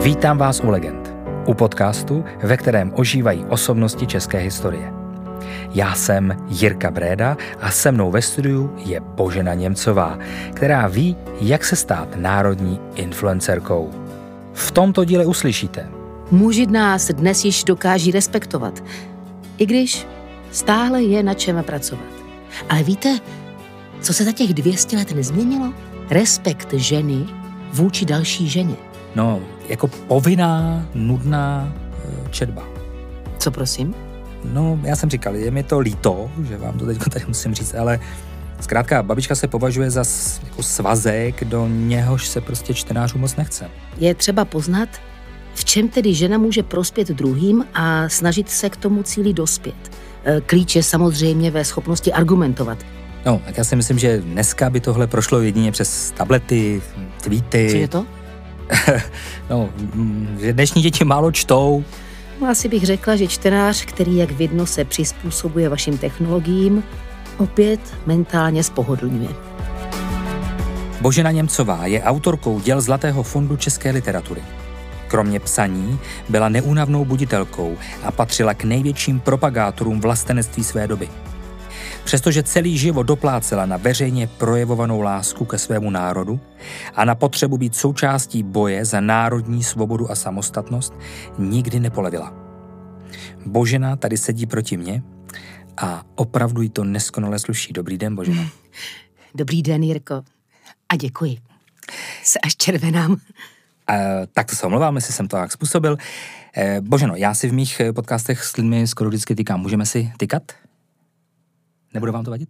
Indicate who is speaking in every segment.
Speaker 1: Vítám vás u Legend, u podcastu, ve kterém ožívají osobnosti české historie. Já jsem Jirka Bréda a se mnou ve studiu je Božena Němcová, která ví, jak se stát národní influencerkou. V tomto díle uslyšíte.
Speaker 2: Muži nás dnes již dokáží respektovat, i když stále je na čem pracovat. Ale víte, co se za těch 200 let nezměnilo? Respekt ženy vůči další ženě.
Speaker 1: No, jako povinná, nudná četba.
Speaker 2: Co prosím?
Speaker 1: No, já jsem říkal, je mi to líto, že vám to teď tady musím říct, ale zkrátka babička se považuje za jako svazek, do něhož se prostě čtenářů moc nechce.
Speaker 2: Je třeba poznat, v čem tedy žena může prospět druhým a snažit se k tomu cíli dospět. Klíč je samozřejmě ve schopnosti argumentovat.
Speaker 1: No, tak já si myslím, že dneska by tohle prošlo jedině přes tablety, tweety.
Speaker 2: Co je to?
Speaker 1: No, že dnešní děti málo čtou.
Speaker 2: No, asi bych řekla, že čtenář, který jak vidno se přizpůsobuje vašim technologiím, opět mentálně spohodlňuje.
Speaker 1: Božena Němcová je autorkou děl Zlatého fondu české literatury. Kromě psaní byla neúnavnou buditelkou a patřila k největším propagátorům vlastenectví své doby. Přestože celý život doplácela na veřejně projevovanou lásku ke svému národu a na potřebu být součástí boje za národní svobodu a samostatnost, nikdy nepolevila. Božena tady sedí proti mně a opravdu jí to neskonale sluší. Dobrý den, Božena.
Speaker 2: Dobrý den, Jirko. A děkuji. Se až červenám.
Speaker 1: Tak to se omlouvám, jestli jsem to tak způsobil. Boženo, já si v mých podcastech s lidmi skoro vždycky tykám. Můžeme si tykat? Nebude vám to vadit?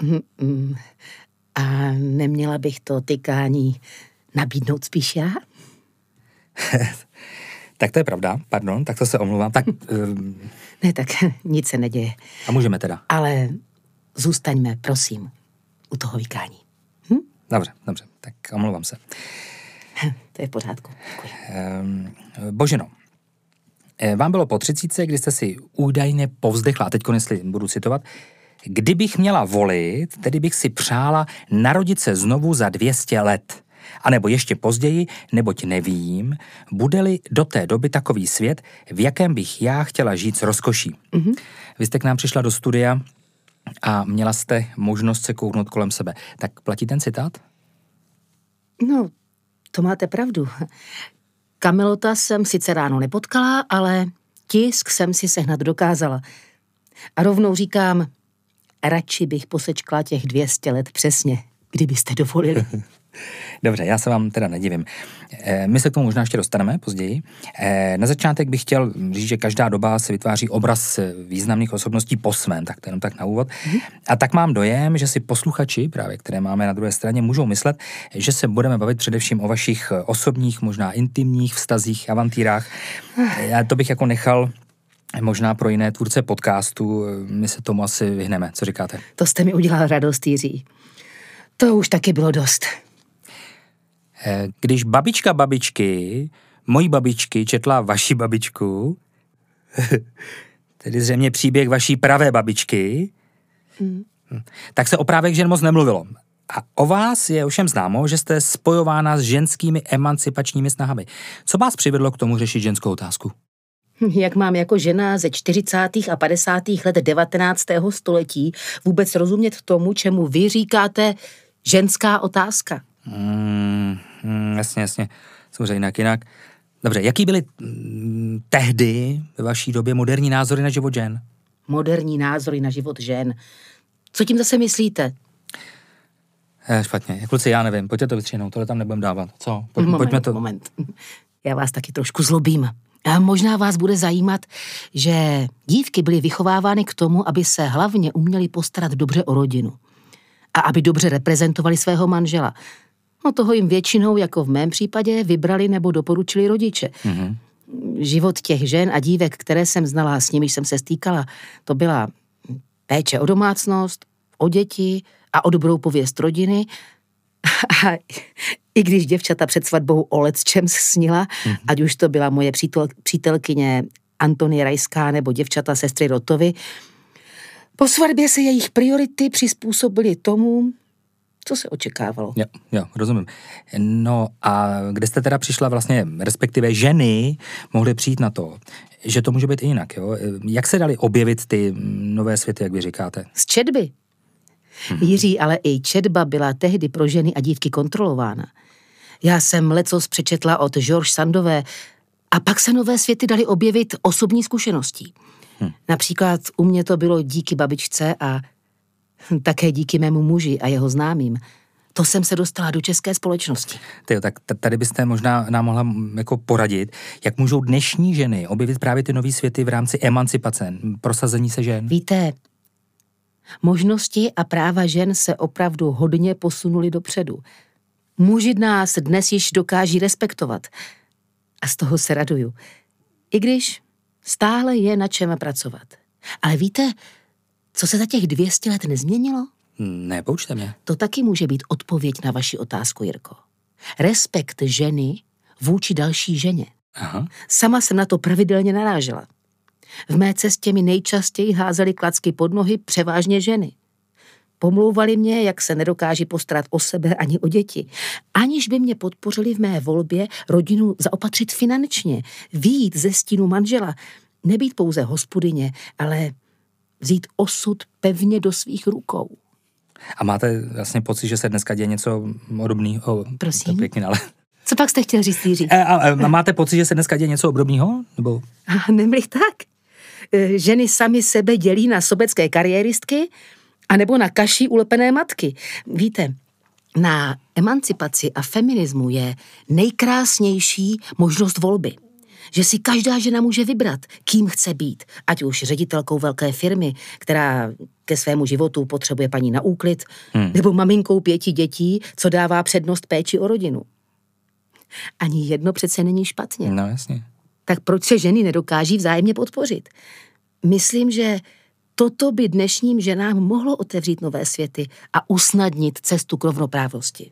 Speaker 2: A neměla bych to tykání nabídnout spíš já?
Speaker 1: Tak to je pravda, pardon, tak to se omlouvám. Tak,
Speaker 2: Ne, tak nic se neděje.
Speaker 1: A můžeme teda?
Speaker 2: Ale zůstaňme, prosím, u toho vykání.
Speaker 1: Dobře, tak omlouvám se.
Speaker 2: To je v pořádku, děkuji.
Speaker 1: Boženo, vám bylo po 30, kdy jste si údajně povzdechla, teď jestli budu citovat, kdybych měla volit, tedy bych si přála narodit se znovu za 200 let. A nebo ještě později, neboť nevím, bude-li do té doby takový svět, v jakém bych já chtěla žít s rozkoší. Vy jste k nám přišla do studia a měla jste možnost se kouknout kolem sebe. Tak platí ten citát?
Speaker 2: No, to máte pravdu. Kamelota jsem sice ráno nepotkala, ale tisk jsem si sehnat dokázala. A rovnou říkám, radši bych posečkla těch 200 let přesně, kdybyste dovolili.
Speaker 1: Dobře, já se vám teda nedivím. My se k tomu možná ještě dostaneme později. Na začátek bych chtěl říct, že každá doba se vytváří obraz významných osobností po svém, tak to jenom tak na úvod. A tak mám dojem, že si posluchači, právě které máme na druhé straně, můžou myslet, že se budeme bavit především o vašich osobních, možná intimních vztazích, avantýrách. Já to bych jako nechal možná pro jiné tvůrce podcastu, my se tomu asi vyhneme. Co říkáte?
Speaker 2: To jste mi udělal radost, Jiří. To už taky bylo dost.
Speaker 1: Když babička babičky, mojí babičky, četla vaši babičku, tedy zřejmě příběh vaší pravé babičky, tak se o právech žen moc nemluvilo. A o vás je ovšem známo, že jste spojována s ženskými emancipačními snahami. Co vás přivedlo k tomu řešit ženskou otázku?
Speaker 2: Jak mám jako žena ze 40. a 50. let 19. století vůbec rozumět tomu, čemu vy říkáte ženská otázka?
Speaker 1: Jasně. Samozřejmě jinak. Dobře, jaký byly tehdy ve vaší době moderní názory na život žen?
Speaker 2: Moderní názory na život žen. Co tím zase myslíte?
Speaker 1: Špatně. Kluci, já nevím, pojďte to vytřihnout, tohle tam nebudem dávat. Co?
Speaker 2: Pojďme to. Moment. Já vás taky trošku zlobím. A možná vás bude zajímat, že dívky byly vychovávány k tomu, aby se hlavně uměly postarat dobře o rodinu. A aby dobře reprezentovali svého manžela. No toho jim většinou, jako v mém případě, vybrali nebo doporučili rodiče. Život těch žen a dívek, které jsem znala, s nimiž jsem se stýkala, to byla péče o domácnost, o děti a o dobrou pověst rodiny. A i když děvčata před svatbou o lecčem snila, ať už to byla moje přítelkyně Antonie Rajská nebo děvčata sestry Rotovy, po svatbě se jejich priority přizpůsobily tomu, Co se očekávalo?
Speaker 1: Jo, rozumím. No a kde jste teda přišla vlastně, respektive ženy mohly přijít na to, že to může být i jinak, jo? Jak se daly objevit ty nové světy, jak vy říkáte?
Speaker 2: Z četby. Jiří, ale i četba byla tehdy pro ženy a dívky kontrolována. Já jsem lecos přečetla od George Sandové a pak se nové světy daly objevit osobní zkušeností. Například u mě to bylo díky babičce a také díky mému muži a jeho známým. To jsem se dostala do české společnosti.
Speaker 1: Tyjo, tak tady byste možná nám mohla jako poradit, jak můžou dnešní ženy objevit právě ty nové světy v rámci emancipace, prosazení se žen?
Speaker 2: Víte, možnosti a práva žen se opravdu hodně posunuly dopředu. Muži nás dnes již dokáží respektovat. A z toho se raduju. I když stále je na čem pracovat. Ale víte, co se za těch 200 let nezměnilo?
Speaker 1: Ne, poučte mě.
Speaker 2: To taky může být odpověď na vaši otázku, Jirko. Respekt ženy vůči další ženě.
Speaker 1: Aha.
Speaker 2: Sama jsem na to pravidelně narážela. V mé cestě mi nejčastěji házely klacky pod nohy převážně ženy. Pomlouvali mě, jak se nedokáží postarat o sebe ani o děti. Aniž by mě podpořili v mé volbě rodinu zaopatřit finančně, vyjít ze stínu manžela, nebýt pouze hospodyně, ale vzít osud pevně do svých rukou.
Speaker 1: A máte vlastně pocit, že se dneska děje něco obdobného?
Speaker 2: Prosím?
Speaker 1: Pěkně, ale...
Speaker 2: Co pak jste chtěl říct, Jiří?
Speaker 1: A máte pocit, že se dneska děje něco obdobného? Nebo...
Speaker 2: Nemli tak. Ženy sami sebe dělí na sobecké kariéristky anebo na kaší ulepené matky. Víte, na emancipaci a feminismu je nejkrásnější možnost volby. Že si každá žena může vybrat, kým chce být. Ať už ředitelkou velké firmy, která ke svému životu potřebuje paní na úklid, nebo maminkou 5 dětí, co dává přednost péči o rodinu. Ani jedno přece není špatně.
Speaker 1: No jasně.
Speaker 2: Tak proč se ženy nedokáží vzájemně podpořit? Myslím, že toto by dnešním ženám mohlo otevřít nové světy a usnadnit cestu k rovnoprávnosti.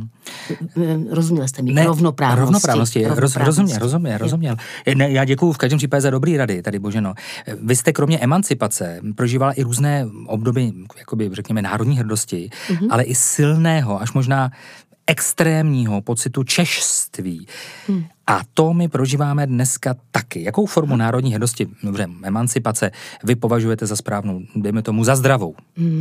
Speaker 2: Rozuměl jste mi?
Speaker 1: Ne,
Speaker 2: Rovnoprávnosti.
Speaker 1: Rozuměl. Ne, já děkuju v každém případě za dobrý rady, tady Boženo. Vy jste kromě emancipace prožívala i různé období, jakoby řekněme, národní hrdosti, ale i silného, až možná extrémního pocitu češství. A to my prožíváme dneska taky. Jakou formu národní hrdosti, dobře, emancipace, vy považujete za správnou, dejme tomu za zdravou?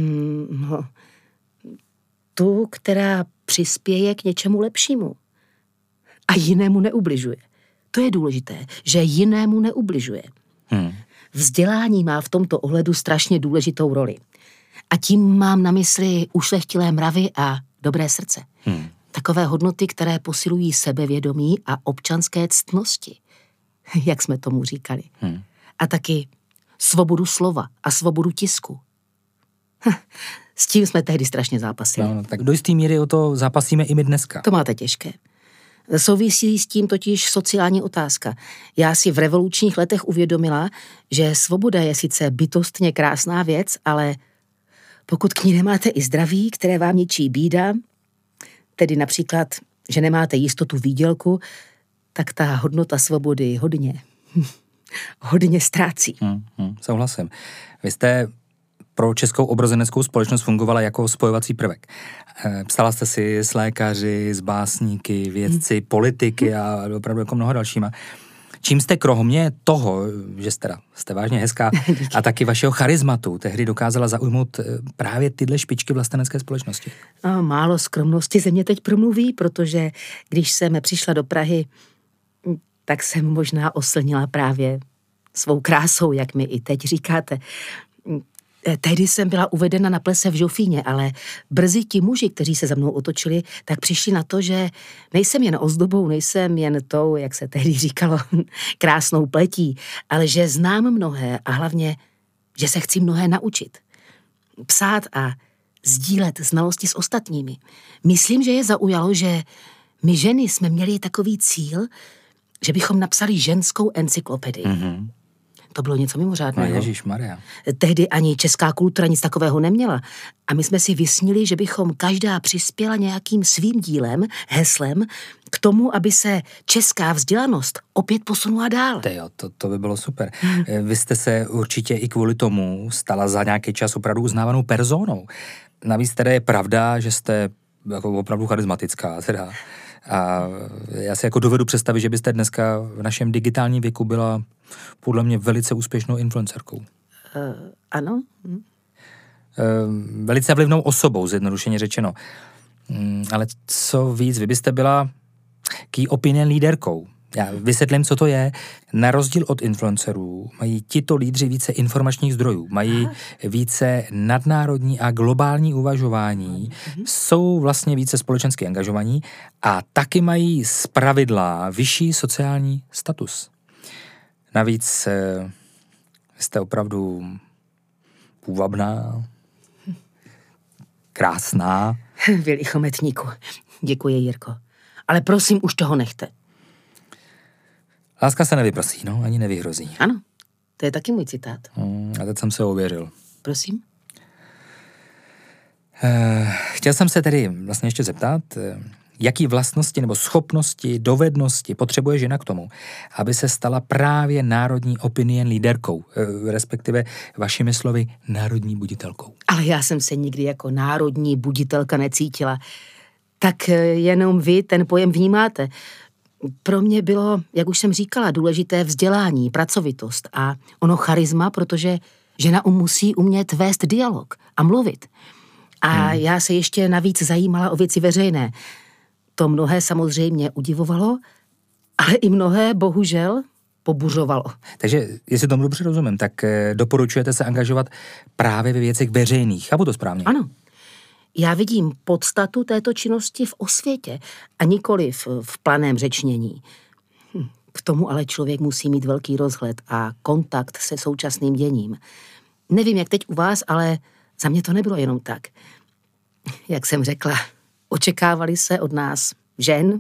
Speaker 2: Tu, která přispěje k něčemu lepšímu a jinému neubližuje. To je důležité, že jinému neubližuje. Vzdělání má v tomto ohledu strašně důležitou roli. A tím mám na mysli ušlechtilé mravy a dobré srdce. Takové hodnoty, které posilují sebevědomí a občanské ctnosti, jak jsme tomu říkali. A taky svobodu slova a svobodu tisku. S tím jsme tehdy strašně zápasili.
Speaker 1: No, tak do jistý míry o to zápasíme i my dneska.
Speaker 2: To máte těžké. Souvisí s tím totiž sociální otázka. Já si v revolučních letech uvědomila, že svoboda je sice bytostně krásná věc, ale pokud k ní nemáte i zdraví, které vám ničí bída, tedy například, že nemáte jistotu výdělku, tak ta hodnota svobody hodně ztrácí.
Speaker 1: Souhlasím. Vy jste pro českou obrozeneckou společnost fungovala jako spojovací prvek. Psala jste si s lékaři, s básníky, vědci, politiky a opravdu jako mnoho dalšíma. Čím jste kromě toho, že jste vážně hezká a taky vašeho charizmatu tehdy dokázala zaujmout právě tyhle špičky vlastenecké společnosti?
Speaker 2: Málo skromnosti ze mě teď promluví, protože když jsem přišla do Prahy, tak jsem možná oslnila právě svou krásou, jak mi i teď říkáte. Tehdy jsem byla uvedena na plese v Žofíně, ale brzy ti muži, kteří se za mnou otočili, tak přišli na to, že nejsem jen ozdobou, nejsem jen tou, jak se tehdy říkalo, krásnou pletí, ale že znám mnohé a hlavně, že se chci mnohé naučit. Psát a sdílet znalosti s ostatními. Myslím, že je zaujalo, že my ženy jsme měli takový cíl, že bychom napsali ženskou encyklopedii. To bylo něco mimořádného.
Speaker 1: No ježišmarja.
Speaker 2: Tehdy ani česká kultura nic takového neměla. A my jsme si vysnili, že bychom každá přispěla nějakým svým dílem, heslem, k tomu, aby se česká vzdělanost opět posunula dál.
Speaker 1: Jo, to by bylo super. Vy jste se určitě i kvůli tomu stala za nějaký čas opravdu uznávanou personou. Navíc teda je pravda, že jste jako opravdu charismatická teda. A já si jako dovedu představit, že byste dneska v našem digitálním věku byla podle mě velice úspěšnou influencerkou.
Speaker 2: Ano.
Speaker 1: Velice vlivnou osobou, zjednodušeně řečeno. Ale co víc, vy byste byla key opinion líderkou. Já vysvětlím, co to je. Na rozdíl od influencerů mají tito lídři více informačních zdrojů, mají více nadnárodní a globální uvažování, jsou vlastně více společensky angažovaní a taky mají zpravidla vyšší sociální status. Navíc jste opravdu půvabná, krásná.
Speaker 2: Vy lichometníku. Děkuji, Jirko. Ale prosím, už toho nechte.
Speaker 1: Láska se nevyprosí, no, ani nevyhrozí.
Speaker 2: Ano, to je taky můj citát.
Speaker 1: A teď jsem se ověřil.
Speaker 2: Prosím?
Speaker 1: Chtěl jsem se tedy vlastně ještě zeptat, jaký vlastnosti nebo schopnosti, dovednosti potřebuje žena k tomu, aby se stala právě národní opinion líderkou, respektive vašimi slovy národní buditelkou.
Speaker 2: Ale já jsem se nikdy jako národní buditelka necítila. Tak jenom vy ten pojem vnímáte. Pro mě bylo, jak už jsem říkala, důležité vzdělání, pracovitost a ono charisma, protože žena musí umět vést dialog a mluvit. A já se ještě navíc zajímala o věci veřejné. To mnohé samozřejmě udivovalo, ale i mnohé, bohužel, pobuřovalo.
Speaker 1: Takže, jestli tomu dobře rozumím, tak doporučujete se angažovat právě ve věcech veřejných. Chápu to správně?
Speaker 2: Ano. Já vidím podstatu této činnosti v osvětě a nikoli v planém řečnění. K tomu ale člověk musí mít velký rozhled a kontakt se současným děním. Nevím, jak teď u vás, ale za mě to nebylo jenom tak. Jak jsem řekla, očekávali se od nás žen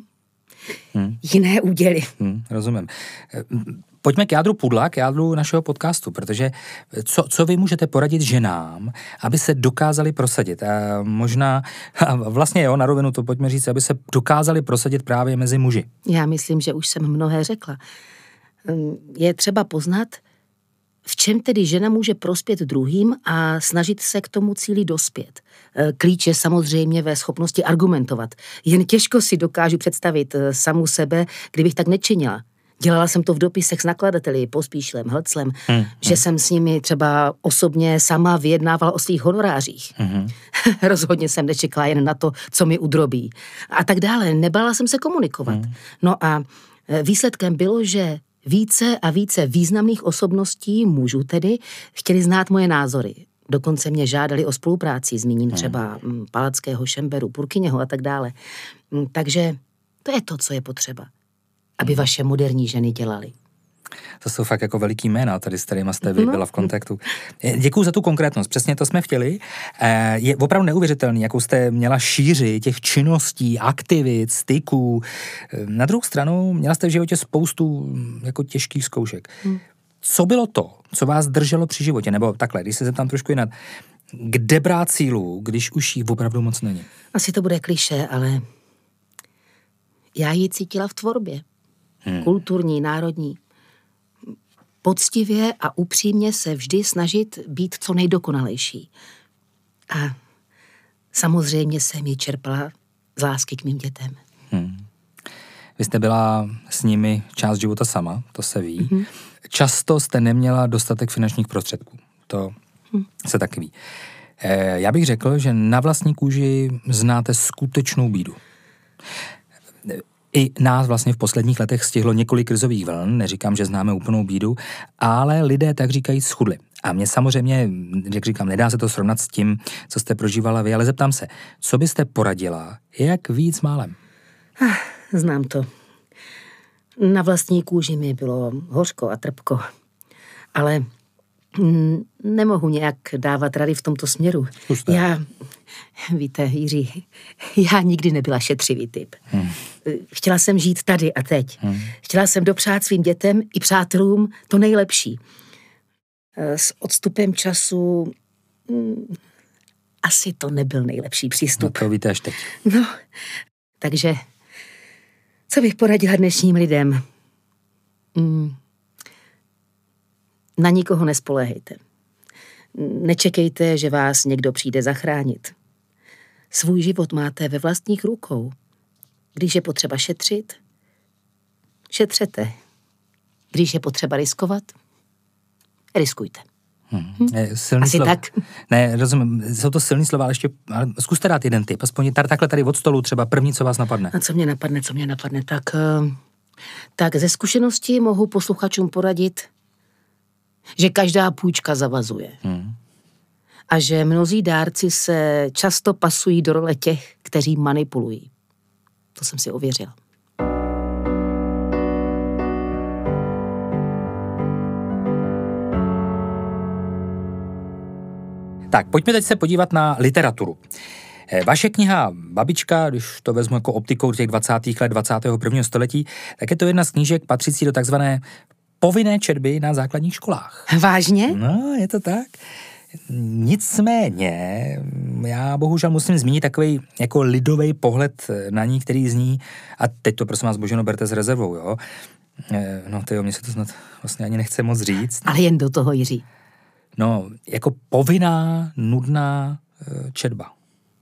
Speaker 2: jiné úděly.
Speaker 1: Rozumím. Pojďme k jádru pudla, k jádru našeho podcastu, protože co vy můžete poradit ženám, aby se dokázali prosadit? A možná, vlastně jo, na rovinu to pojďme říct, aby se dokázali prosadit právě mezi muži.
Speaker 2: Já myslím, že už jsem mnohé řekla. Je třeba poznat, v čem tedy žena může prospět druhým a snažit se k tomu cíli dospět. Klíč je samozřejmě ve schopnosti argumentovat. Jen těžko si dokážu představit samu sebe, kdybych tak nečinila. Dělala jsem to v dopisech s nakladateli, Pospíšilem, Hlclem, že jsem s nimi třeba osobně sama vyjednávala o svých honorářích. Rozhodně jsem nečekala jen na to, co mi udrobí. A tak dále, nebála jsem se komunikovat. No a výsledkem bylo, že více a více významných osobností, mužů tedy, chtěli znát moje názory. Dokonce mě žádali o spolupráci, zmíním třeba Palackého, Šemberu, Purkyněho a tak dále. Takže to je to, co je potřeba, aby vaše moderní ženy dělaly.
Speaker 1: To jsou fakt jako veliký jména, tady s kterýma jste vy byla v kontaktu. Děkuju za tu konkrétnost, přesně to jsme chtěli. Je opravdu neuvěřitelný, jakou jste měla šíři těch činností, aktivit, styků. Na druhou stranu měla jste v životě spoustu jako těžkých zkoušek. Co bylo to, co vás drželo při životě? Nebo takhle, když se zeptám trošku jinak, kde brát sílu, když už jí opravdu moc není?
Speaker 2: Asi to bude klišé, ale já ji cítila v tvorbě. Kulturní, národní. Poctivě a upřímně se vždy snažit být co nejdokonalejší. A samozřejmě jsem ji čerpala z lásky k mým dětem.
Speaker 1: Vy jste byla s nimi část života sama, to se ví. Často jste neměla dostatek finančních prostředků. To se taky ví. Já bych řekl, že na vlastní kůži znáte skutečnou bídu. I nás vlastně v posledních letech stihlo několik krizových vln, neříkám, že známe úplnou bídu, ale lidé tak říkají schudli. A mě samozřejmě, jak říkám, nedá se to srovnat s tím, co jste prožívala vy, ale zeptám se, co byste poradila, jak víc málem?
Speaker 2: Znám to. Na vlastní kůži mi bylo hořko a trpko, ale nemohu nějak dávat rady v tomto směru. Víte, Jiří, já nikdy nebyla šetřivý typ. Chtěla jsem žít tady a teď. Chtěla jsem dopřát svým dětem i přátelům to nejlepší. S odstupem času asi to nebyl nejlepší přístup.
Speaker 1: No to víte až teď.
Speaker 2: No, takže co bych poradila dnešním lidem? Na nikoho nespoléhejte. Nečekejte, že vás někdo přijde zachránit. Svůj život máte ve vlastních rukou. Když je potřeba šetřit, šetřete. Když je potřeba riskovat, riskujte.
Speaker 1: Asi
Speaker 2: slova. Tak?
Speaker 1: Ne, rozumím, jsou to silný slova, ale ještě zkuste dát jeden tip, aspoň takhle tady od stolu třeba první, co vás napadne.
Speaker 2: A co mě napadne, tak ze zkušenosti mohu posluchačům poradit, že každá půjčka zavazuje. A že mnozí dárci se často pasují do role těch, kteří manipulují. To jsem si ověřila.
Speaker 1: Tak, pojďme teď se podívat na literaturu. Vaše kniha Babička, když to vezmu jako optikou těch 20. let 21. století, tak je to jedna z knížek patřící do takzvané povinné četby na základních školách.
Speaker 2: Vážně?
Speaker 1: No, je to tak. Nicméně, já bohužel musím zmínit takový jako lidový pohled na ní, který zní, a teď to prosím vás, Boženo, berte s rezervou, jo. No, mně se to snad vlastně ani nechce moc říct.
Speaker 2: Ale jen do toho, Jiří.
Speaker 1: No, jako povinná, nudná četba.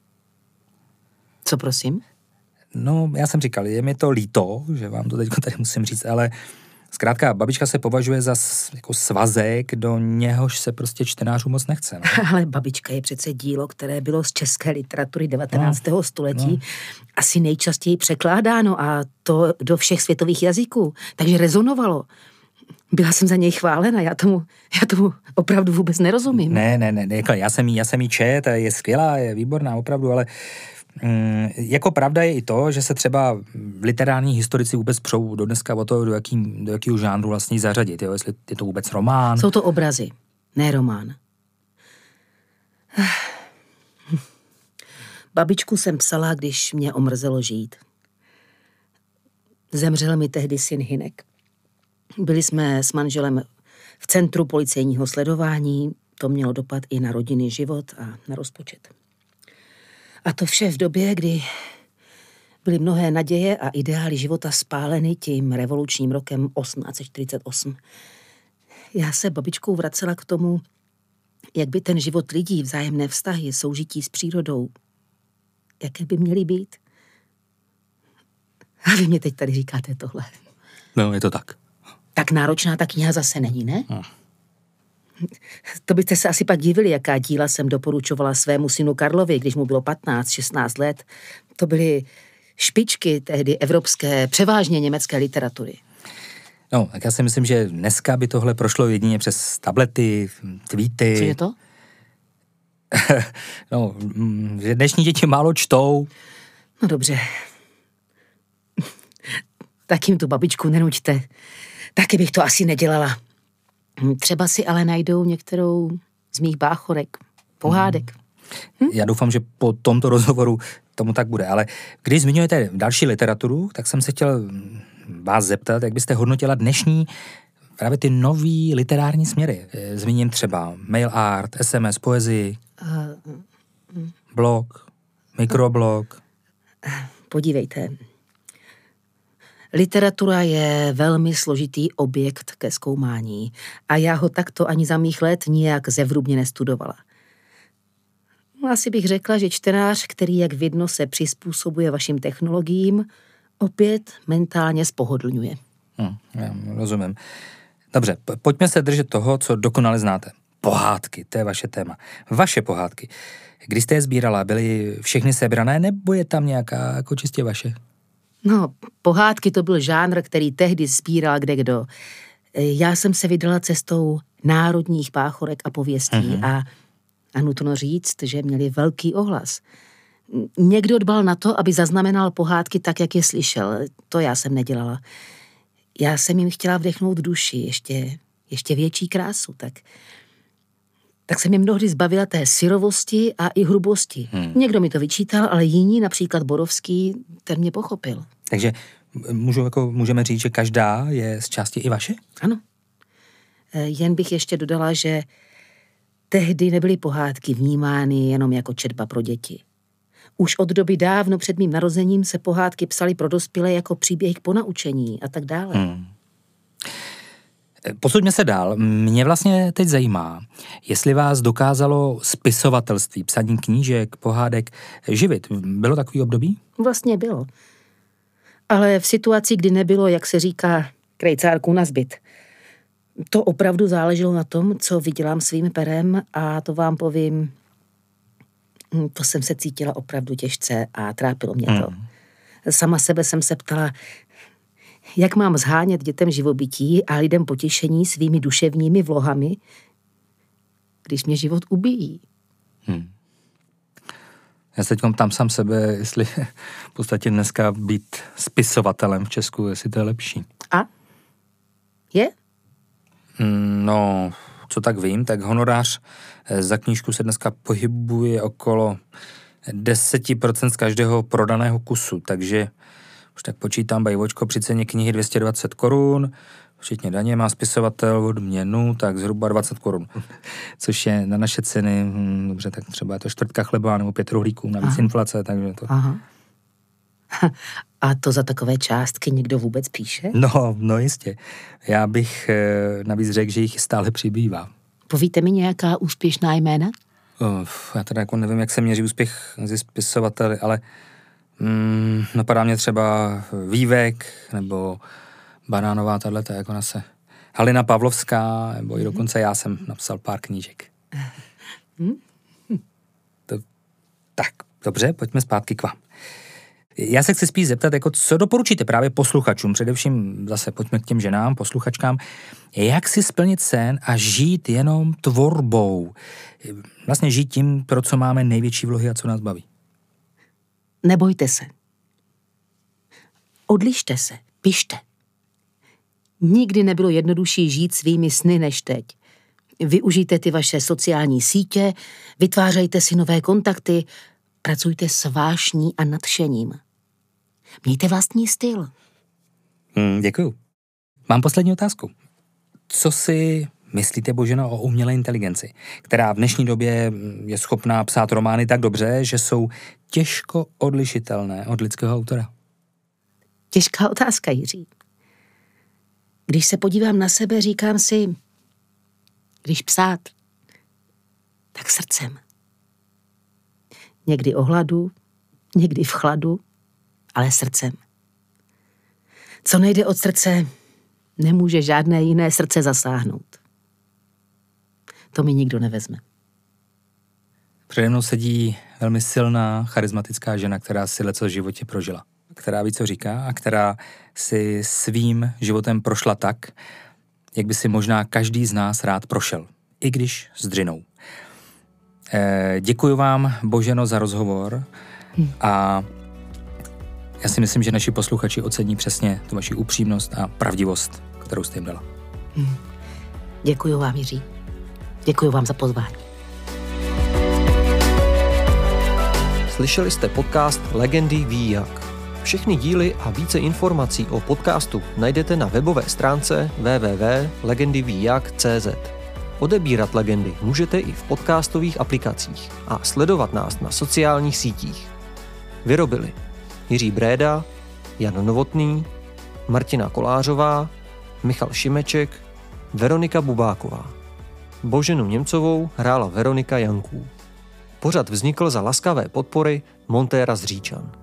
Speaker 2: Co prosím?
Speaker 1: No, já jsem říkal, je mi to líto, že vám to teď tady musím říct, ale zkrátka Babička se považuje za jako svazek, do něhož se prostě čtenářů moc nechce. No.
Speaker 2: Ale Babička je přece dílo, které bylo z české literatury 19. století asi nejčastěji překládáno, a to do všech světových jazyků. Takže rezonovalo. Byla jsem za něj chválena, já tomu opravdu vůbec nerozumím.
Speaker 1: Ne, já jsem jí čet, je skvělá, je výborná opravdu, ale jako pravda je i to, že se třeba literární historici vůbec přou do dneska o to, do jakého žánru vlastně zařadit, jo? Jestli je to vůbec román.
Speaker 2: Jsou to obrazy, ne román. Babičku jsem psala, když mě omrzelo žít. Zemřel mi tehdy syn Hynek. Byli jsme s manželem v centru policejního sledování, to mělo dopad i na rodinný život a na rozpočet. A to vše v době, kdy byly mnohé naděje a ideály života spáleny tím revolučním rokem 1848. Já se babičkou vracela k tomu, jak by ten život lidí, vzájemné vztahy, soužití s přírodou, jaké by měly být. A vy mě teď tady říkáte tohle.
Speaker 1: No, je to tak.
Speaker 2: Tak náročná ta kniha zase není, ne? To byste se asi pak divili, jaká díla jsem doporučovala svému synu Karlovi, když mu bylo 15-16 let. To byly špičky tehdy evropské, převážně německé literatury.
Speaker 1: No, tak já si myslím, že dneska by tohle prošlo jedině přes tablety, tweety.
Speaker 2: Co je to?
Speaker 1: No, že dnešní děti málo čtou.
Speaker 2: No dobře. Tak jim tu babičku nenuďte. Taky bych to asi nedělala. Třeba si ale najdou některou z mých báchorek, pohádek.
Speaker 1: Já doufám, že po tomto rozhovoru tomu tak bude, ale když zmiňujete další literaturu, tak jsem se chtěl vás zeptat, jak byste hodnotila dnešní právě ty nový literární směry. Zmíním třeba mail art, SMS, poezii, blog, mikroblog.
Speaker 2: Podívejte. Literatura je velmi složitý objekt ke zkoumání a já ho takto ani za mých let nijak zevrubně nestudovala. Asi bych řekla, že čtenář, který jak vidno se přizpůsobuje vašim technologiím, opět mentálně spohodlňuje.
Speaker 1: Já rozumím. Dobře, pojďme se držet toho, co dokonale znáte. Pohádky, to je vaše téma. Vaše pohádky. Když jste je sbírala, byly všechny sebrané, nebo je tam nějaká jako čistě vaše?
Speaker 2: No, pohádky to byl žánr, který tehdy sbíral kdekdo. Já jsem se vydala cestou národních báchorek a pověstí a nutno říct, že měli velký ohlas. Někdo dbal na to, aby zaznamenal pohádky tak, jak je slyšel. To já jsem nedělala. Já jsem jim chtěla vdechnout duši, ještě větší krásu, tak jsem je mnohdy zbavila té syrovosti a i hrubosti. Někdo mi to vyčítal, ale jiní, například Borovský, ten mě pochopil.
Speaker 1: Takže můžeme říct, že každá je z části i vaše?
Speaker 2: Ano. Jen bych ještě dodala, že tehdy nebyly pohádky vnímány jenom jako četba pro děti. Už od doby dávno před mým narozením se pohádky psaly pro dospělé jako příběh k ponaučení a tak dále.
Speaker 1: Posuďme se dál. Mě vlastně teď zajímá, jestli vás dokázalo spisovatelství, psaní knížek, pohádek živit. Bylo takový období?
Speaker 2: Vlastně bylo. Ale v situaci, kdy nebylo, jak se říká, krejcárků na zbyt. To opravdu záleželo na tom, co vydělám svým perem a to vám povím, to jsem se cítila opravdu těžce a trápilo mě to. Sama sebe jsem se ptala, jak mám zhánět dětem živobytí a lidem potěšení svými duševními vlohami, když mě život ubíjí.
Speaker 1: Já se teď ptám sám sebe, jestli v podstatě dneska být spisovatelem v Česku, jestli to je lepší.
Speaker 2: A? Je?
Speaker 1: No, co tak vím, tak honorář za knížku se dneska pohybuje okolo 10% z každého prodaného kusu, takže už tak počítám, bajvočko při ceně knihy 220 korun, včetně daně má spisovatel odměnu, tak zhruba 20 korun, což je na naše ceny, dobře, tak třeba je to čtvrtka chleba nebo 5 rohlíků, navíc inflace, takže to...
Speaker 2: Aha. A to za takové částky někdo vůbec píše?
Speaker 1: No jistě. Já bych navíc řekl, že jich stále přibývá.
Speaker 2: Povíte mi nějaká úspěšná jména?
Speaker 1: Já teda jako nevím, jak se měří úspěch mezi spisovateli, ale napadá mě třeba Vývek, nebo Banánová, tato jako nase Halina Pavlovská, nebo i dokonce já jsem napsal pár knížek. Tak, dobře, pojďme zpátky k vám. Já se chci spíš zeptat, jako co doporučíte právě posluchačům, především zase pojďme k těm ženám, posluchačkám, jak si splnit sen a žít jenom tvorbou. Vlastně žít tím, pro co máme největší vlohy a co nás baví.
Speaker 2: Nebojte se. Odlište se, pište. Nikdy nebylo jednodušší žít svými sny než teď. Využijte ty vaše sociální sítě, vytvářejte si nové kontakty, pracujte s vášní a nadšením. Mějte vlastní styl.
Speaker 1: Děkuju. Mám poslední otázku. Co si myslíte, Boženo, o umělé inteligenci, která v dnešní době je schopná psát romány tak dobře, že jsou těžko odlišitelné od lidského autora?
Speaker 2: Těžká otázka, Jiří. Když se podívám na sebe, říkám si, když psát, tak srdcem. Někdy o hladu, někdy v chladu, ale srdcem. Co nejde od srdce, nemůže žádné jiné srdce zasáhnout. To mi nikdo nevezme.
Speaker 1: Přede mnou sedí velmi silná, charismatická žena, která si leco v životě prožila. Která ví, co říká a která si svým životem prošla tak, jak by si možná každý z nás rád prošel. I když s dřinou. Děkuji vám, Boženo, za rozhovor a já si myslím, že naši posluchači ocení přesně tu vaši upřímnost a pravdivost, kterou jste jim dala.
Speaker 2: Děkuji vám, Jiří. Děkuji vám za pozvání.
Speaker 3: Slyšeli jste podcast Legendy ví jak. Všechny díly a více informací o podcastu najdete na webové stránce www.legendyvíjak.cz. Odebírat Legendy můžete i v podcastových aplikacích a sledovat nás na sociálních sítích. Vyrobili Jiří Bréda, Jan Novotný, Martina Kolářová, Michal Šimeček, Veronika Bubáková. Boženu Němcovou hrála Veronika Janků. Pořad vznikl za laskavé podpory Montéra z Říčan.